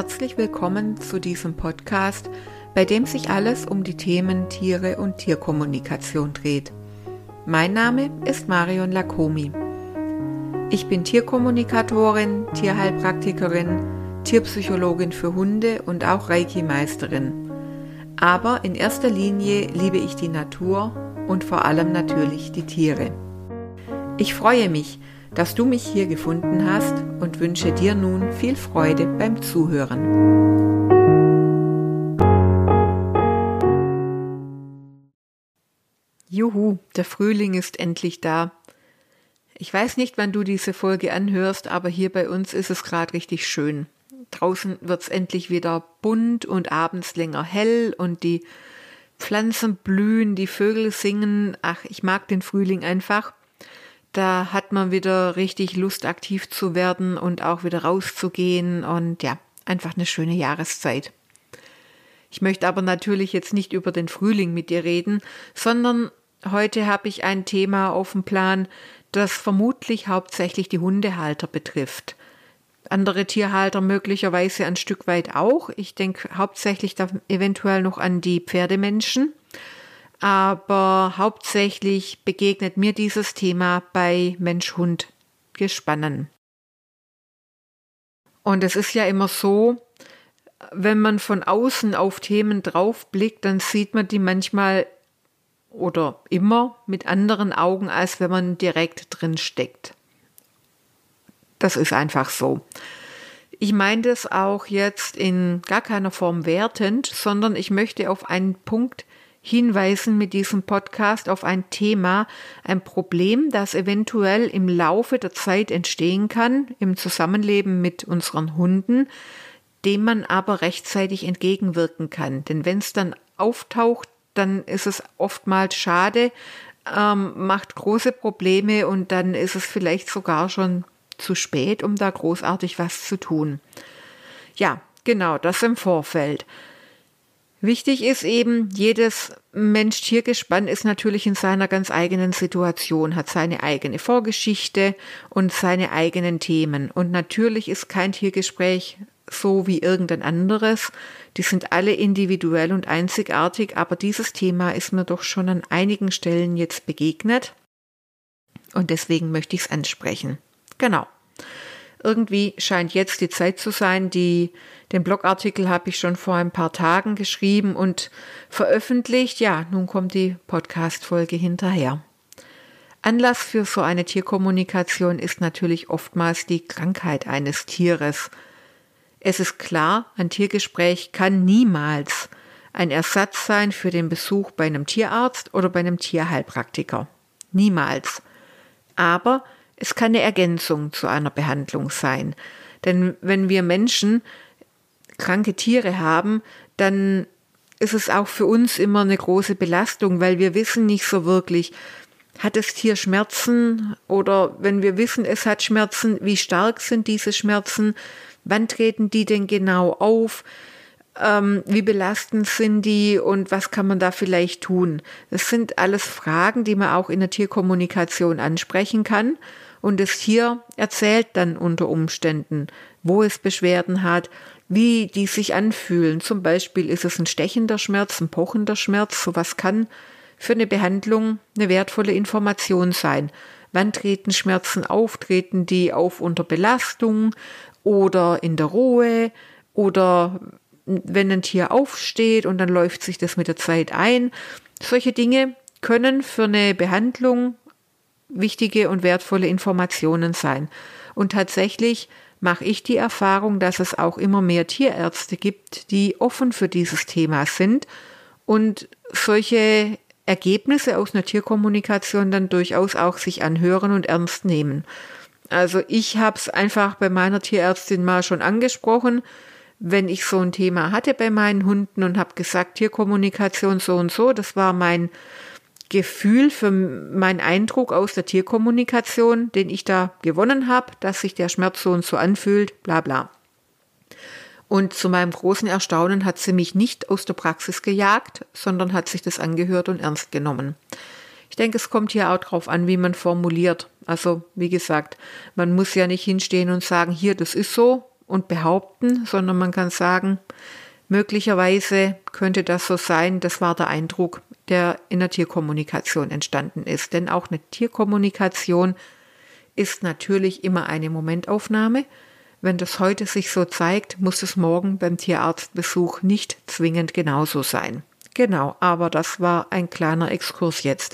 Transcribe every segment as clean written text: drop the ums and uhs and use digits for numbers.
Herzlich willkommen zu diesem Podcast, bei dem sich alles um die Themen Tiere und Tierkommunikation dreht. Mein Name ist Marion Lakomi. Ich bin Tierkommunikatorin, Tierheilpraktikerin, Tierpsychologin für Hunde und auch Reiki-Meisterin. Aber in erster Linie liebe ich die Natur und vor allem natürlich die Tiere. Ich freue mich, dass du mich hier gefunden hast und wünsche dir nun viel Freude beim Zuhören. Juhu, der Frühling ist endlich da. Ich weiß nicht, wann du diese Folge anhörst, aber hier bei uns ist es gerade richtig schön. Draußen wird es endlich wieder bunt und abends länger hell und die Pflanzen blühen, die Vögel singen. Ach, ich mag den Frühling einfach. Da hat man wieder richtig Lust, aktiv zu werden und auch wieder rauszugehen und ja, einfach eine schöne Jahreszeit. Ich möchte aber natürlich jetzt nicht über den Frühling mit dir reden, sondern heute habe ich ein Thema auf dem Plan, das vermutlich hauptsächlich die Hundehalter betrifft. Andere Tierhalter möglicherweise ein Stück weit auch. Ich denke hauptsächlich da eventuell noch an die Pferdemenschen. Aber hauptsächlich begegnet mir dieses Thema bei Mensch-Hund-Gespannen. Und es ist ja immer so, wenn man von außen auf Themen draufblickt, dann sieht man die manchmal oder immer mit anderen Augen, als wenn man direkt drin steckt. Das ist einfach so. Ich meine das auch jetzt in gar keiner Form wertend, sondern ich möchte auf einen Punkt hinweisen mit diesem Podcast, auf ein Thema, ein Problem, das eventuell im Laufe der Zeit entstehen kann, im Zusammenleben mit unseren Hunden, dem man aber rechtzeitig entgegenwirken kann. Denn wenn es dann auftaucht, dann ist es oftmals schade, macht große Probleme und dann ist es vielleicht sogar schon zu spät, um da großartig was zu tun. Ja, genau, das im Vorfeld. Wichtig ist eben, jedes Mensch-Tier-Gespann ist natürlich in seiner ganz eigenen Situation, hat seine eigene Vorgeschichte und seine eigenen Themen. Und natürlich ist kein Tiergespräch so wie irgendein anderes. Die sind alle individuell und einzigartig, aber dieses Thema ist mir doch schon an einigen Stellen jetzt begegnet. Und deswegen möchte ich es ansprechen. Genau. Irgendwie scheint jetzt die Zeit zu sein, den Blogartikel habe ich schon vor ein paar Tagen geschrieben und veröffentlicht. Ja, nun kommt die Podcast-Folge hinterher. Anlass für so eine Tierkommunikation ist natürlich oftmals die Krankheit eines Tieres. Es ist klar, ein Tiergespräch kann niemals ein Ersatz sein für den Besuch bei einem Tierarzt oder bei einem Tierheilpraktiker. Niemals. Aber es kann eine Ergänzung zu einer Behandlung sein. Denn wenn wir Menschen kranke Tiere haben, dann ist es auch für uns immer eine große Belastung, weil wir wissen nicht so wirklich, hat das Tier Schmerzen oder wenn wir wissen, es hat Schmerzen, wie stark sind diese Schmerzen, wann treten die denn genau auf, wie belastend sind die und was kann man da vielleicht tun? Das sind alles Fragen, die man auch in der Tierkommunikation ansprechen kann. Und das Tier erzählt dann unter Umständen, wo es Beschwerden hat, wie die sich anfühlen. Zum Beispiel ist es ein stechender Schmerz, ein pochender Schmerz. Sowas kann für eine Behandlung eine wertvolle Information sein. Wann treten Schmerzen auf? Treten die auf unter Belastung oder in der Ruhe oder wenn ein Tier aufsteht und dann läuft sich das mit der Zeit ein? Solche Dinge können für eine Behandlung wichtige und wertvolle Informationen sein. Und tatsächlich mache ich die Erfahrung, dass es auch immer mehr Tierärzte gibt, die offen für dieses Thema sind und solche Ergebnisse aus einer Tierkommunikation dann durchaus auch sich anhören und ernst nehmen. Also ich habe es einfach bei meiner Tierärztin mal schon angesprochen, wenn ich so ein Thema hatte bei meinen Hunden und habe gesagt, Tierkommunikation so und so, das war mein Gefühl für meinen Eindruck aus der Tierkommunikation, den ich da gewonnen habe, dass sich der Schmerz so und so anfühlt, bla bla. Und zu meinem großen Erstaunen hat sie mich nicht aus der Praxis gejagt, sondern hat sich das angehört und ernst genommen. Ich denke, es kommt hier auch drauf an, wie man formuliert. Also, wie gesagt, man muss ja nicht hinstehen und sagen, hier, das ist so, und behaupten, sondern man kann sagen, möglicherweise könnte das so sein, das war der Eindruck, der in der Tierkommunikation entstanden ist. Denn auch eine Tierkommunikation ist natürlich immer eine Momentaufnahme. Wenn das heute sich so zeigt, muss es morgen beim Tierarztbesuch nicht zwingend genauso sein. Genau, aber das war ein kleiner Exkurs jetzt.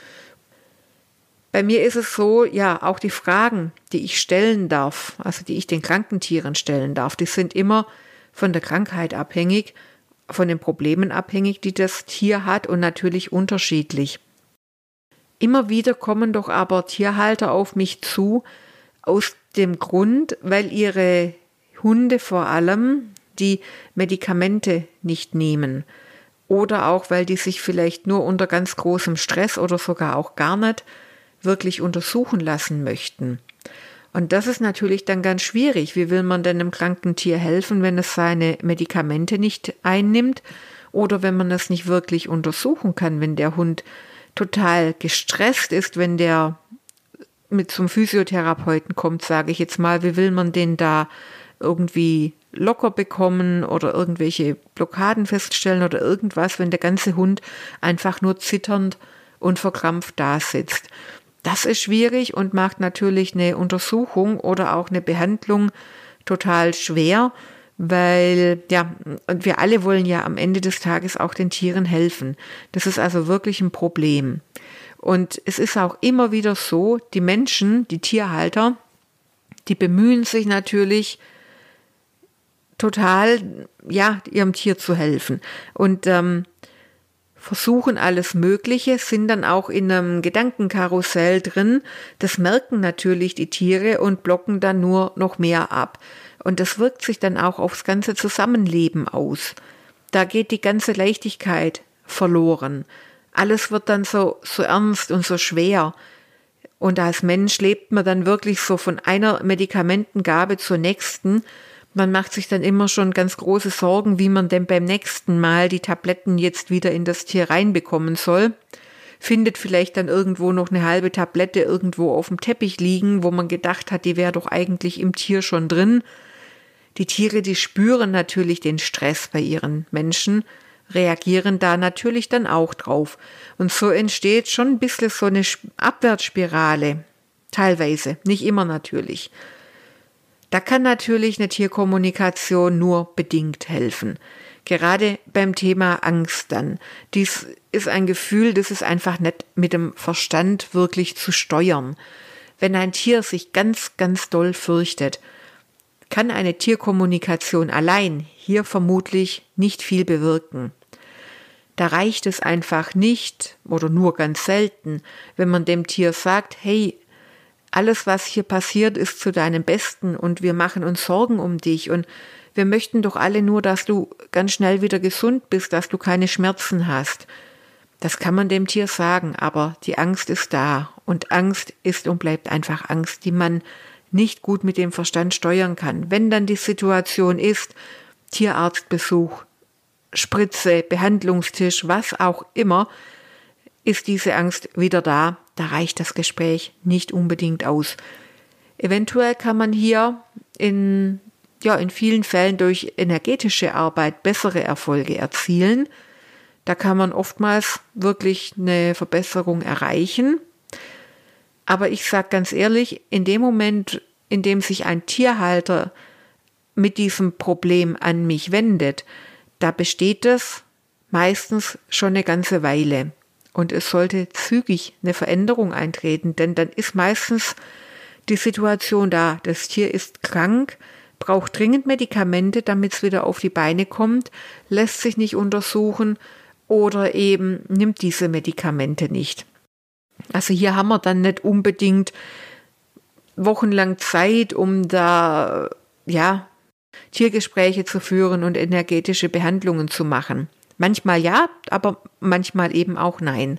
Bei mir ist es so, ja, auch die Fragen, die ich stellen darf, also die ich den kranken Tieren stellen darf, die sind immer von der Krankheit abhängig, von den Problemen abhängig, die das Tier hat und natürlich unterschiedlich. Immer wieder kommen doch aber Tierhalter auf mich zu, aus dem Grund, weil ihre Hunde vor allem die Medikamente nicht nehmen oder auch, weil die sich vielleicht nur unter ganz großem Stress oder sogar auch gar nicht wirklich untersuchen lassen möchten. Und das ist natürlich dann ganz schwierig. Wie will man denn einem kranken Tier helfen, wenn es seine Medikamente nicht einnimmt oder wenn man es nicht wirklich untersuchen kann, wenn der Hund total gestresst ist, wenn der mit zum Physiotherapeuten kommt, sage ich jetzt mal, wie will man den da irgendwie locker bekommen oder irgendwelche Blockaden feststellen oder irgendwas, wenn der ganze Hund einfach nur zitternd und verkrampft da sitzt. Das ist schwierig und macht natürlich eine Untersuchung oder auch eine Behandlung total schwer, weil, ja, und wir alle wollen ja am Ende des Tages auch den Tieren helfen. Das ist also wirklich ein Problem. Und es ist auch immer wieder so, die Menschen, die Tierhalter, die bemühen sich natürlich total, ja, ihrem Tier zu helfen. Und versuchen alles Mögliche, sind dann auch in einem Gedankenkarussell drin. Das merken natürlich die Tiere und blocken dann nur noch mehr ab. Und das wirkt sich dann auch aufs ganze Zusammenleben aus. Da geht die ganze Leichtigkeit verloren. Alles wird dann so ernst und so schwer. Und als Mensch lebt man dann wirklich so von einer Medikamentengabe zur nächsten. Man macht sich dann immer schon ganz große Sorgen, wie man denn beim nächsten Mal die Tabletten jetzt wieder in das Tier reinbekommen soll. Findet vielleicht dann irgendwo noch eine halbe Tablette irgendwo auf dem Teppich liegen, wo man gedacht hat, die wäre doch eigentlich im Tier schon drin. Die Tiere, die spüren natürlich den Stress bei ihren Menschen, reagieren da natürlich dann auch drauf. Und so entsteht schon ein bisschen so eine Abwärtsspirale. Teilweise, nicht immer natürlich. Da kann natürlich eine Tierkommunikation nur bedingt helfen. Gerade beim Thema Angst dann. Dies ist ein Gefühl, das ist einfach nicht mit dem Verstand wirklich zu steuern. Wenn ein Tier sich ganz, ganz doll fürchtet, kann eine Tierkommunikation allein hier vermutlich nicht viel bewirken. Da reicht es einfach nicht oder nur ganz selten, wenn man dem Tier sagt, hey, alles, was hier passiert, ist zu deinem Besten und wir machen uns Sorgen um dich und wir möchten doch alle nur, dass du ganz schnell wieder gesund bist, dass du keine Schmerzen hast. Das kann man dem Tier sagen, aber die Angst ist da und Angst ist und bleibt einfach Angst, die man nicht gut mit dem Verstand steuern kann. Wenn dann die Situation ist, Tierarztbesuch, Spritze, Behandlungstisch, was auch immer, ist diese Angst wieder da. Da reicht das Gespräch nicht unbedingt aus. Eventuell kann man hier in vielen Fällen durch energetische Arbeit bessere Erfolge erzielen. Da kann man oftmals wirklich eine Verbesserung erreichen. Aber ich sage ganz ehrlich, in dem Moment, in dem sich ein Tierhalter mit diesem Problem an mich wendet, da besteht es meistens schon eine ganze Weile. Und es sollte zügig eine Veränderung eintreten, denn dann ist meistens die Situation da. Das Tier ist krank, braucht dringend Medikamente, damit es wieder auf die Beine kommt, lässt sich nicht untersuchen oder eben nimmt diese Medikamente nicht. Also hier haben wir dann nicht unbedingt wochenlang Zeit, um da Tiergespräche zu führen und energetische Behandlungen zu machen. Manchmal ja, aber manchmal eben auch nein.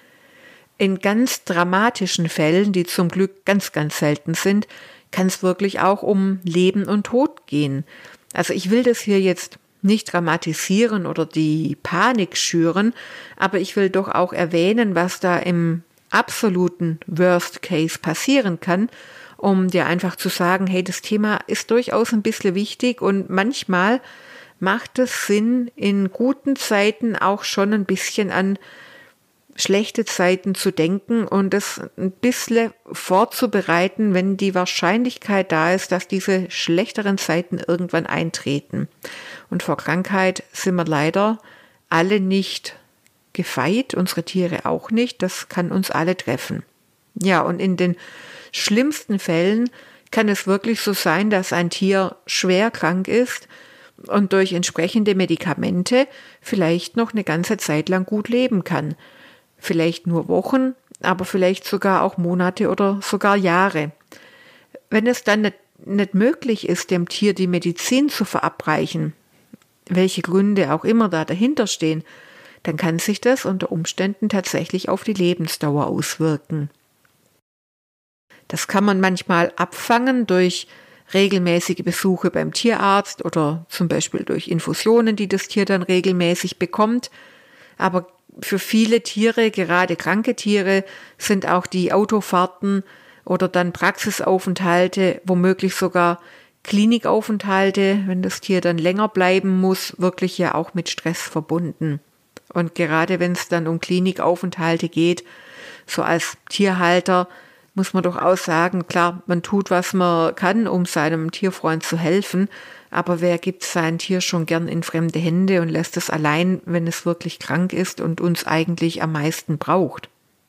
In ganz dramatischen Fällen, die zum Glück ganz, ganz selten sind, kann es wirklich auch um Leben und Tod gehen. Also ich will das hier jetzt nicht dramatisieren oder die Panik schüren, aber ich will doch auch erwähnen, was da im absoluten Worst Case passieren kann um dir einfach zu sagen, hey, das Thema ist durchaus ein bisschen wichtig und manchmal macht es Sinn, in guten Zeiten auch schon ein bisschen an schlechte Zeiten zu denken und es ein bisschen vorzubereiten, wenn die Wahrscheinlichkeit da ist, dass diese schlechteren Zeiten irgendwann eintreten. Und vor Krankheit sind wir leider alle nicht gefeit, unsere Tiere auch nicht. Das kann uns alle treffen. Ja, und in den schlimmsten Fällen kann es wirklich so sein, dass ein Tier schwer krank ist und durch entsprechende Medikamente vielleicht noch eine ganze Zeit lang gut leben kann. Vielleicht nur Wochen, aber vielleicht sogar auch Monate oder sogar Jahre. Wenn es dann nicht möglich ist, dem Tier die Medizin zu verabreichen, welche Gründe auch immer da dahinter stehen, dann kann sich das unter Umständen tatsächlich auf die Lebensdauer auswirken. Das kann man manchmal abfangen durch regelmäßige Besuche beim Tierarzt oder zum Beispiel durch Infusionen, die das Tier dann regelmäßig bekommt. Aber für viele Tiere, gerade kranke Tiere, sind auch die Autofahrten oder dann Praxisaufenthalte, womöglich sogar Klinikaufenthalte, wenn das Tier dann länger bleiben muss, wirklich ja auch mit Stress verbunden. Und gerade wenn es dann um Klinikaufenthalte geht, so als Tierhalter, muss man doch auch sagen, klar, man tut, was man kann, um seinem Tierfreund zu helfen, aber wer gibt sein Tier schon gern in fremde Hände und lässt es allein, wenn es wirklich krank ist und uns eigentlich am meisten braucht?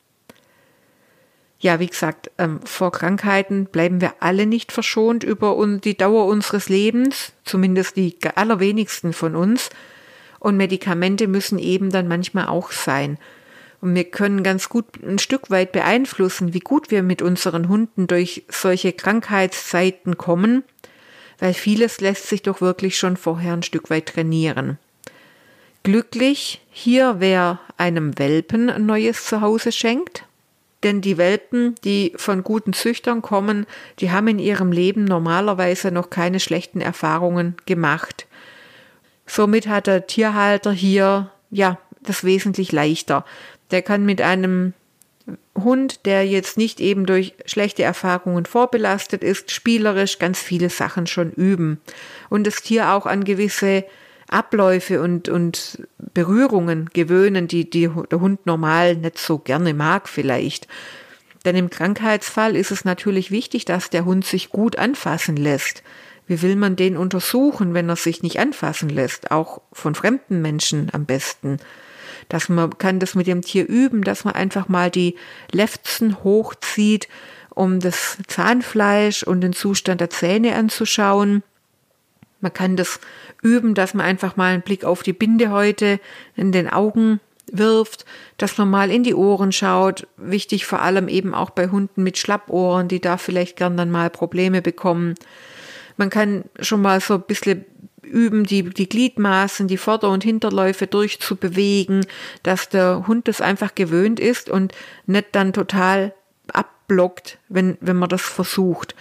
Ja, wie gesagt, vor Krankheiten bleiben wir alle nicht verschont über die Dauer unseres Lebens, zumindest die allerwenigsten von uns. Und Medikamente müssen eben dann manchmal auch sein. Und wir können ganz gut ein Stück weit beeinflussen, wie gut wir mit unseren Hunden durch solche Krankheitszeiten kommen, weil vieles lässt sich doch wirklich schon vorher ein Stück weit trainieren. Glücklich hier, wer einem Welpen ein neues Zuhause schenkt, denn die Welpen, die von guten Züchtern kommen, die haben in ihrem Leben normalerweise noch keine schlechten Erfahrungen gemacht. Somit hat der Tierhalter hier, ja, das wesentlich leichter. Der kann mit einem Hund, der jetzt nicht eben durch schlechte Erfahrungen vorbelastet ist, spielerisch ganz viele Sachen schon üben und das Tier auch an gewisse Abläufe und Berührungen gewöhnen, die der Hund normal nicht so gerne mag vielleicht. Denn im Krankheitsfall ist es natürlich wichtig, dass der Hund sich gut anfassen lässt. Wie will man den untersuchen, wenn er sich nicht anfassen lässt? Auch von fremden Menschen am besten. Dass man kann das mit dem Tier üben, dass man einfach mal die Lefzen hochzieht, um das Zahnfleisch und den Zustand der Zähne anzuschauen. Man kann das üben, dass man einfach mal einen Blick auf die Bindehäute in den Augen wirft, dass man mal in die Ohren schaut. Wichtig vor allem eben auch bei Hunden mit Schlappohren, die da vielleicht gern dann mal Probleme bekommen. Man kann schon mal so ein bisschen üben, die Gliedmaßen, die Vorder- und Hinterläufe durchzubewegen, dass der Hund das einfach gewöhnt ist und nicht dann total abblockt, wenn man das versucht.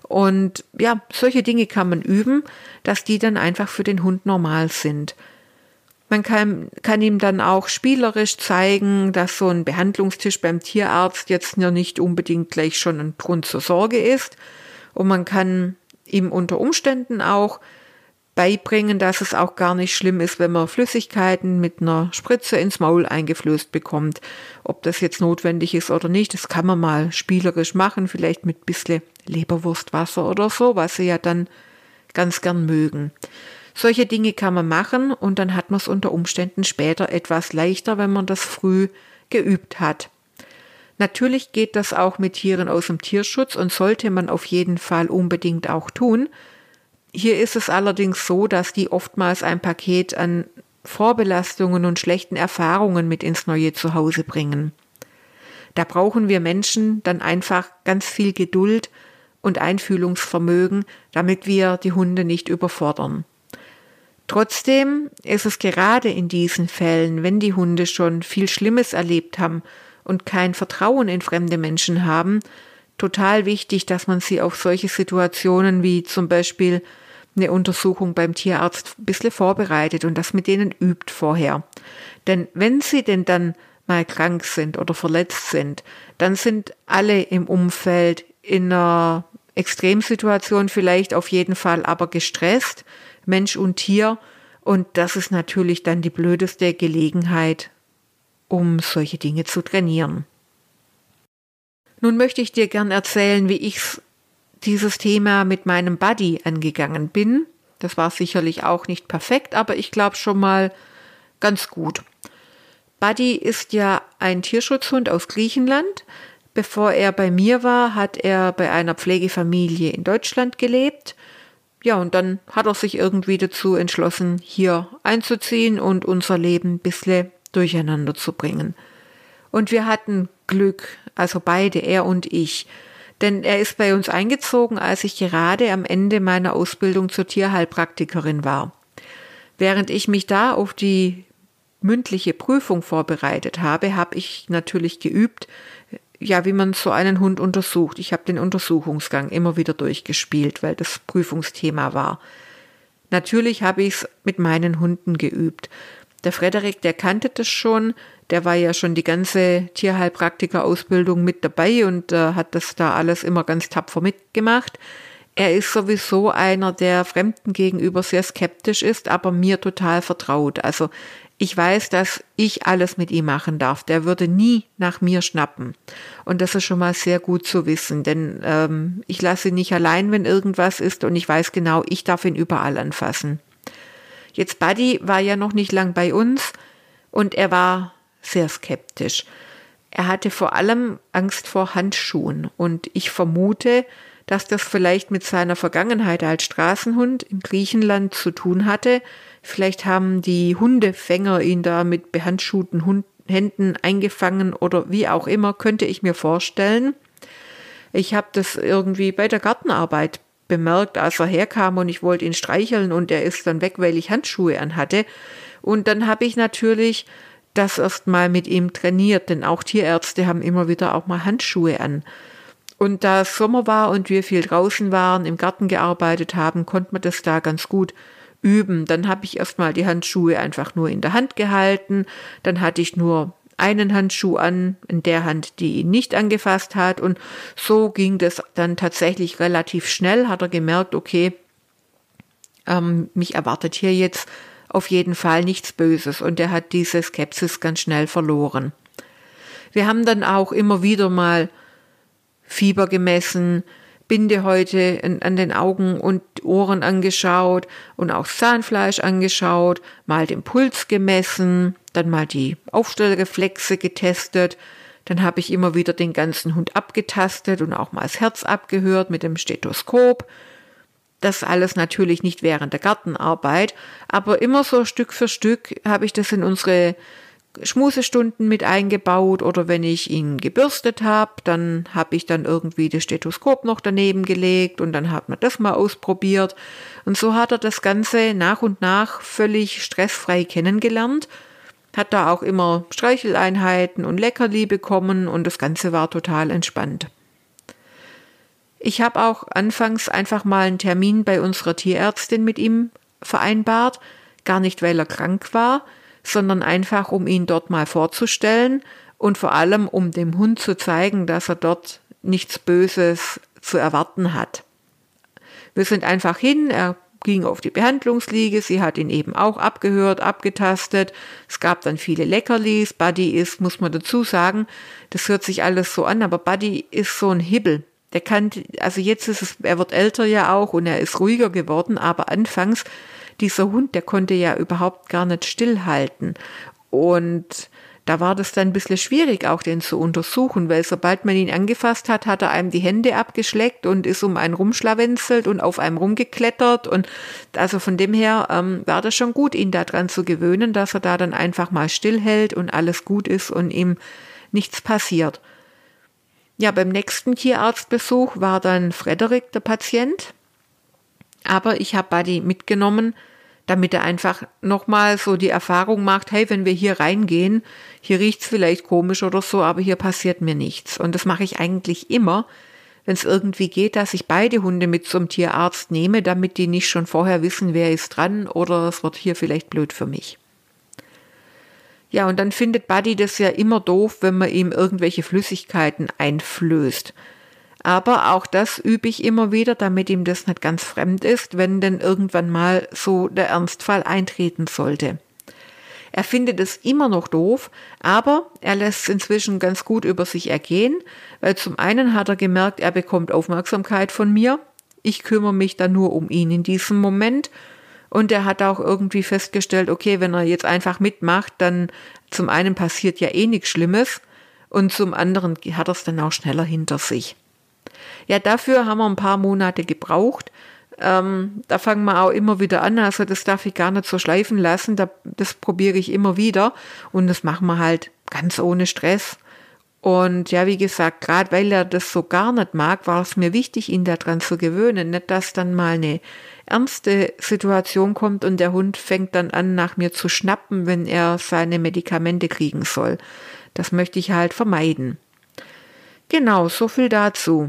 Und ja, solche Dinge kann man üben, dass die dann einfach für den Hund normal sind. Man kann ihm dann auch spielerisch zeigen, dass so ein Behandlungstisch beim Tierarzt jetzt ja nicht unbedingt gleich schon ein Grund zur Sorge ist. Und man kann ihm unter Umständen auch beibringen, dass es auch gar nicht schlimm ist, wenn man Flüssigkeiten mit einer Spritze ins Maul eingeflößt bekommt. Ob das jetzt notwendig ist oder nicht, das kann man mal spielerisch machen, vielleicht mit ein bisschen Leberwurstwasser oder so, was sie ja dann ganz gern mögen. Solche Dinge kann man machen und dann hat man es unter Umständen später etwas leichter, wenn man das früh geübt hat. Natürlich geht das auch mit Tieren aus dem Tierschutz und sollte man auf jeden Fall unbedingt auch tun. Hier ist es allerdings so, dass die oftmals ein Paket an Vorbelastungen und schlechten Erfahrungen mit ins neue Zuhause bringen. Da brauchen wir Menschen dann einfach ganz viel Geduld und Einfühlungsvermögen, damit wir die Hunde nicht überfordern. Trotzdem ist es gerade in diesen Fällen, wenn die Hunde schon viel Schlimmes erlebt haben und kein Vertrauen in fremde Menschen haben, total wichtig, dass man sie auf solche Situationen wie zum Beispiel eine Untersuchung beim Tierarzt ein bisschen vorbereitet und das mit denen übt vorher. Denn wenn sie denn dann mal krank sind oder verletzt sind, dann sind alle im Umfeld in einer Extremsituation vielleicht auf jeden Fall, aber gestresst, Mensch und Tier. Und das ist natürlich dann die blödeste Gelegenheit, um solche Dinge zu trainieren. Nun möchte ich dir gern erzählen, wie ich dieses Thema mit meinem Buddy angegangen bin. Das war sicherlich auch nicht perfekt, aber ich glaube schon mal ganz gut. Buddy ist ja ein Tierschutzhund aus Griechenland. Bevor er bei mir war, hat er bei einer Pflegefamilie in Deutschland gelebt. Ja, und dann hat er sich irgendwie dazu entschlossen, hier einzuziehen und unser Leben ein bisschen durcheinander zu bringen. Und wir hatten Glück, also beide, er und ich. Denn er ist bei uns eingezogen, als ich gerade am Ende meiner Ausbildung zur Tierheilpraktikerin war. Während ich mich da auf die mündliche Prüfung vorbereitet habe, habe ich natürlich geübt, ja, wie man so einen Hund untersucht. Ich habe den Untersuchungsgang immer wieder durchgespielt, weil das Prüfungsthema war. Natürlich habe ich es mit meinen Hunden geübt. Der Frederik, der kannte das schon, der war ja schon die ganze Tierheilpraktiker-Ausbildung mit dabei und hat das da alles immer ganz tapfer mitgemacht. Er ist sowieso einer, der Fremden gegenüber sehr skeptisch ist, aber mir total vertraut. Also ich weiß, dass ich alles mit ihm machen darf. Der würde nie nach mir schnappen. Und das ist schon mal sehr gut zu wissen, denn ich lasse ihn nicht allein, wenn irgendwas ist und ich weiß genau, ich darf ihn überall anfassen. Jetzt Buddy war ja noch nicht lang bei uns und er war sehr skeptisch. Er hatte vor allem Angst vor Handschuhen und ich vermute, dass das vielleicht mit seiner Vergangenheit als Straßenhund in Griechenland zu tun hatte. Vielleicht haben die Hundefänger ihn da mit behandschuhten Händen eingefangen oder wie auch immer, könnte ich mir vorstellen. Ich habe das irgendwie bei der Gartenarbeit bemerkt, als er herkam und ich wollte ihn streicheln und er ist dann weg, weil ich Handschuhe anhatte. Und dann habe ich natürlich das erst mal mit ihm trainiert, denn auch Tierärzte haben immer wieder auch mal Handschuhe an. Und da es Sommer war und wir viel draußen waren, im Garten gearbeitet haben, konnte man das da ganz gut üben. Dann habe ich erst mal die Handschuhe einfach nur in der Hand gehalten, dann hatte ich nur einen Handschuh an, in der Hand, die ihn nicht angefasst hat und so ging das dann tatsächlich relativ schnell, hat er gemerkt, okay, mich erwartet hier jetzt auf jeden Fall nichts Böses und er hat diese Skepsis ganz schnell verloren. Wir haben dann auch immer wieder mal Fieber gemessen, Bindehäute an den Augen und Ohren angeschaut und auch Zahnfleisch angeschaut, mal den Puls gemessen, dann mal die Aufstellreflexe getestet, dann habe ich immer wieder den ganzen Hund abgetastet und auch mal das Herz abgehört mit dem Stethoskop. Das alles natürlich nicht während der Gartenarbeit, aber immer so Stück für Stück habe ich das in unsere Schmusestunden mit eingebaut oder wenn ich ihn gebürstet habe, dann habe ich dann irgendwie das Stethoskop noch daneben gelegt und dann hat man das mal ausprobiert. Und so hat er das Ganze nach und nach völlig stressfrei kennengelernt, hat da auch immer Streicheleinheiten und Leckerli bekommen und das Ganze war total entspannt. Ich habe auch anfangs einfach mal einen Termin bei unserer Tierärztin mit ihm vereinbart, gar nicht, weil er krank war, sondern einfach, um ihn dort mal vorzustellen und vor allem, um dem Hund zu zeigen, dass er dort nichts Böses zu erwarten hat. Wir sind einfach hin, er ging auf die Behandlungsliege, sie hat ihn eben auch abgehört, abgetastet. Es gab dann viele Leckerlis. Buddy ist, muss man dazu sagen, das hört sich alles so an, aber Buddy ist so ein Hibbel. Der kann, also jetzt ist es, er wird älter ja auch und er ist ruhiger geworden, aber anfangs dieser Hund, der konnte ja überhaupt gar nicht stillhalten. Und da war das dann ein bisschen schwierig, auch den zu untersuchen, weil sobald man ihn angefasst hat, hat er einem die Hände abgeschleckt und ist um einen rumschlawenzelt und auf einem rumgeklettert. Und also von dem her war das schon gut, ihn daran zu gewöhnen, dass er da dann einfach mal stillhält und alles gut ist und ihm nichts passiert. Ja, beim nächsten Tierarztbesuch war dann Frederik der Patient. Aber ich habe Buddy mitgenommen, damit er einfach nochmal so die Erfahrung macht, hey, wenn wir hier reingehen, hier riecht's vielleicht komisch oder so, aber hier passiert mir nichts. Und das mache ich eigentlich immer, wenn es irgendwie geht, dass ich beide Hunde mit zum Tierarzt nehme, damit die nicht schon vorher wissen, wer ist dran oder es wird hier vielleicht blöd für mich. Ja, und dann findet Buddy das ja immer doof, wenn man ihm irgendwelche Flüssigkeiten einflößt. Aber auch das übe ich immer wieder, damit ihm das nicht ganz fremd ist, wenn denn irgendwann mal so der Ernstfall eintreten sollte. Er findet es immer noch doof, aber er lässt es inzwischen ganz gut über sich ergehen, weil zum einen hat er gemerkt, er bekommt Aufmerksamkeit von mir. Ich kümmere mich dann nur um ihn in diesem Moment. Und er hat auch irgendwie festgestellt, okay, wenn er jetzt einfach mitmacht, dann zum einen passiert ja eh nichts Schlimmes und zum anderen hat er es dann auch schneller hinter sich. Ja, dafür haben wir ein paar Monate gebraucht. Da fangen wir auch immer wieder an, also das darf ich gar nicht so schleifen lassen, das probiere ich immer wieder und das machen wir halt ganz ohne Stress. Und ja, wie gesagt, gerade weil er das so gar nicht mag, war es mir wichtig, ihn daran zu gewöhnen, nicht, dass dann mal eine ernste Situation kommt und der Hund fängt dann an, nach mir zu schnappen, wenn er seine Medikamente kriegen soll. Das möchte ich halt vermeiden. Genau, so viel dazu.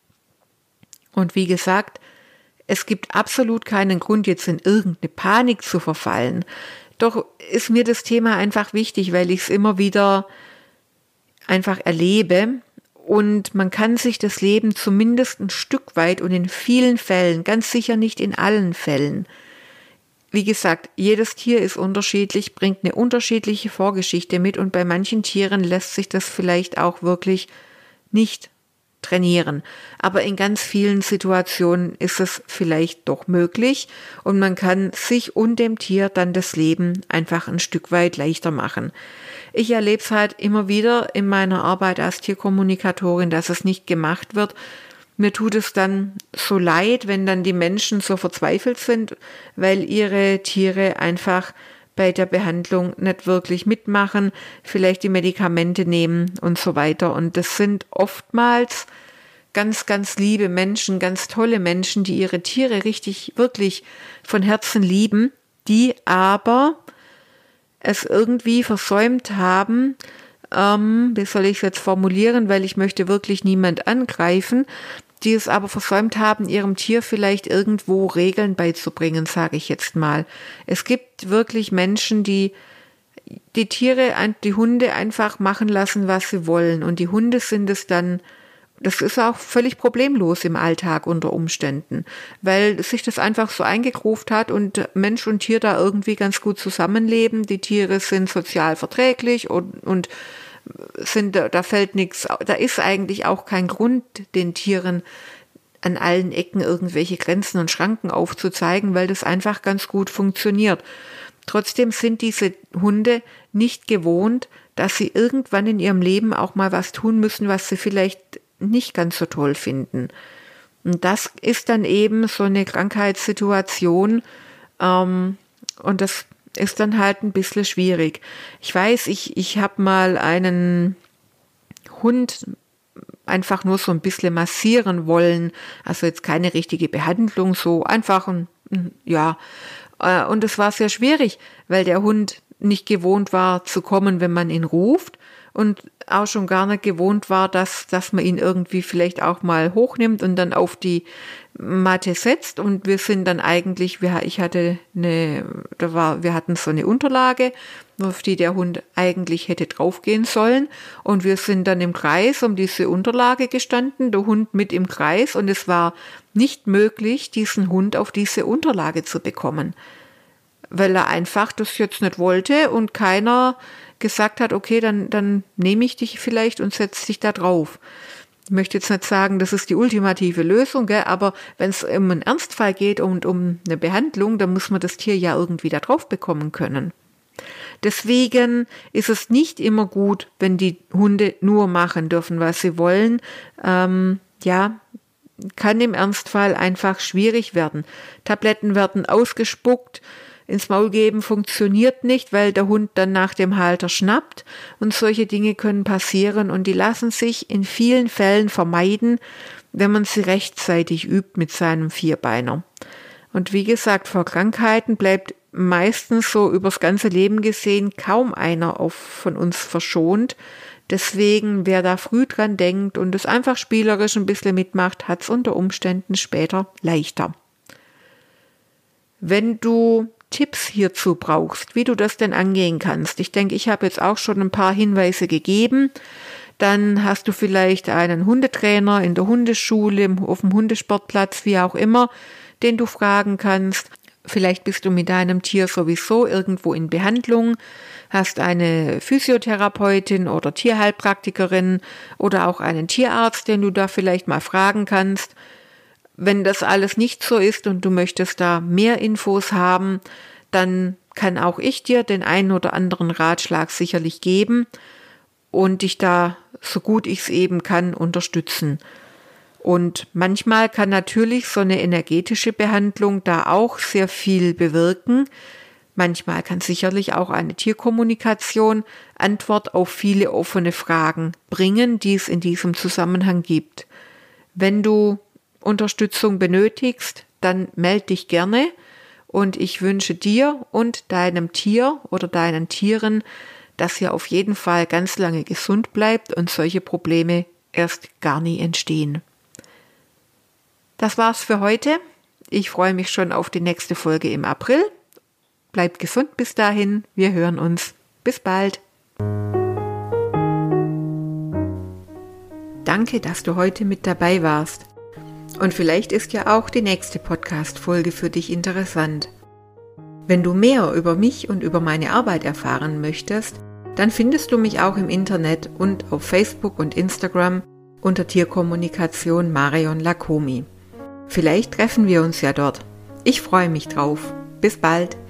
Und wie gesagt, es gibt absolut keinen Grund, jetzt in irgendeine Panik zu verfallen. Doch ist mir das Thema einfach wichtig, weil ich es immer wieder einfach erlebe. Und man kann sich das Leben zumindest ein Stück weit und in vielen Fällen, ganz sicher nicht in allen Fällen. Wie gesagt, jedes Tier ist unterschiedlich, bringt eine unterschiedliche Vorgeschichte mit und bei manchen Tieren lässt sich das vielleicht auch wirklich nicht trainieren. Aber in ganz vielen Situationen ist es vielleicht doch möglich und man kann sich und dem Tier dann das Leben einfach ein Stück weit leichter machen. Ich erlebe es halt immer wieder in meiner Arbeit als Tierkommunikatorin, dass es nicht gemacht wird. Mir tut es dann so leid, wenn dann die Menschen so verzweifelt sind, weil ihre Tiere einfach bei der Behandlung nicht wirklich mitmachen, vielleicht die Medikamente nehmen und so weiter. Und das sind oftmals ganz, ganz liebe Menschen, ganz tolle Menschen, die ihre Tiere richtig, wirklich von Herzen lieben, die aber es irgendwie versäumt haben, wie soll ich es jetzt formulieren, weil ich möchte wirklich niemand angreifen, die es aber versäumt haben, ihrem Tier vielleicht irgendwo Regeln beizubringen, sage ich jetzt mal. Es gibt wirklich Menschen, die Tiere, die Hunde einfach machen lassen, was sie wollen. Und die Hunde sind es dann, das ist auch völlig problemlos im Alltag unter Umständen, weil sich das einfach so eingegruft hat und Mensch und Tier da irgendwie ganz gut zusammenleben. Die Tiere sind sozial verträglich und da fällt nichts, da ist eigentlich auch kein Grund, den Tieren an allen Ecken irgendwelche Grenzen und Schranken aufzuzeigen, weil das einfach ganz gut funktioniert. Trotzdem sind diese Hunde nicht gewohnt, dass sie irgendwann in ihrem Leben auch mal was tun müssen, was sie vielleicht nicht ganz so toll finden. Und das ist dann eben so eine Krankheitssituation, und das ist dann halt ein bisschen schwierig. Ich weiß, ich habe mal einen Hund einfach nur so ein bisschen massieren wollen, also jetzt keine richtige Behandlung, so einfach ja. Und es war sehr schwierig, weil der Hund nicht gewohnt war zu kommen, wenn man ihn ruft und auch schon gar nicht gewohnt war, dass man ihn irgendwie vielleicht auch mal hochnimmt und dann auf die Matte setzt. Und wir sind dann eigentlich, wir hatten so eine Unterlage, auf die der Hund eigentlich hätte draufgehen sollen. Und wir sind dann im Kreis um diese Unterlage gestanden, der Hund mit im Kreis. Und es war nicht möglich, diesen Hund auf diese Unterlage zu bekommen, weil er einfach das jetzt nicht wollte und keiner gesagt hat, okay, dann nehme ich dich vielleicht und setze dich da drauf. Ich möchte jetzt nicht sagen, das ist die ultimative Lösung, gell? Aber wenn es um einen Ernstfall geht und um eine Behandlung, dann muss man das Tier ja irgendwie da drauf bekommen können. Deswegen ist es nicht immer gut, wenn die Hunde nur machen dürfen, was sie wollen. Kann im Ernstfall einfach schwierig werden. Tabletten werden ausgespuckt, ins Maul geben funktioniert nicht, weil der Hund dann nach dem Halter schnappt und solche Dinge können passieren und die lassen sich in vielen Fällen vermeiden, wenn man sie rechtzeitig übt mit seinem Vierbeiner. Und wie gesagt, vor Krankheiten bleibt meistens so übers ganze Leben gesehen kaum einer von uns verschont. Deswegen, wer da früh dran denkt und es einfach spielerisch ein bisschen mitmacht, hat es unter Umständen später leichter. Wenn du Tipps hierzu brauchst, wie du das denn angehen kannst. Ich denke, ich habe jetzt auch schon ein paar Hinweise gegeben. Dann hast du vielleicht einen Hundetrainer in der Hundeschule, auf dem Hundesportplatz, wie auch immer, den du fragen kannst. Vielleicht bist du mit deinem Tier sowieso irgendwo in Behandlung, hast eine Physiotherapeutin oder Tierheilpraktikerin oder auch einen Tierarzt, den du da vielleicht mal fragen kannst. Wenn das alles nicht so ist und du möchtest da mehr Infos haben, dann kann auch ich dir den einen oder anderen Ratschlag sicherlich geben und dich da, so gut ich es eben kann, unterstützen. Und manchmal kann natürlich so eine energetische Behandlung da auch sehr viel bewirken. Manchmal kann sicherlich auch eine Tierkommunikation Antwort auf viele offene Fragen bringen, die es in diesem Zusammenhang gibt. Wenn du Unterstützung benötigst, dann melde dich gerne und ich wünsche dir und deinem Tier oder deinen Tieren, dass ihr auf jeden Fall ganz lange gesund bleibt und solche Probleme erst gar nie entstehen. Das war's für heute. Ich freue mich schon auf die nächste Folge im April. Bleibt gesund bis dahin. Wir hören uns. Bis bald. Danke, dass du heute mit dabei warst. Und vielleicht ist ja auch die nächste Podcast-Folge für dich interessant. Wenn du mehr über mich und über meine Arbeit erfahren möchtest, dann findest du mich auch im Internet und auf Facebook und Instagram unter Tierkommunikation Marion Lakomi. Vielleicht treffen wir uns ja dort. Ich freue mich drauf. Bis bald.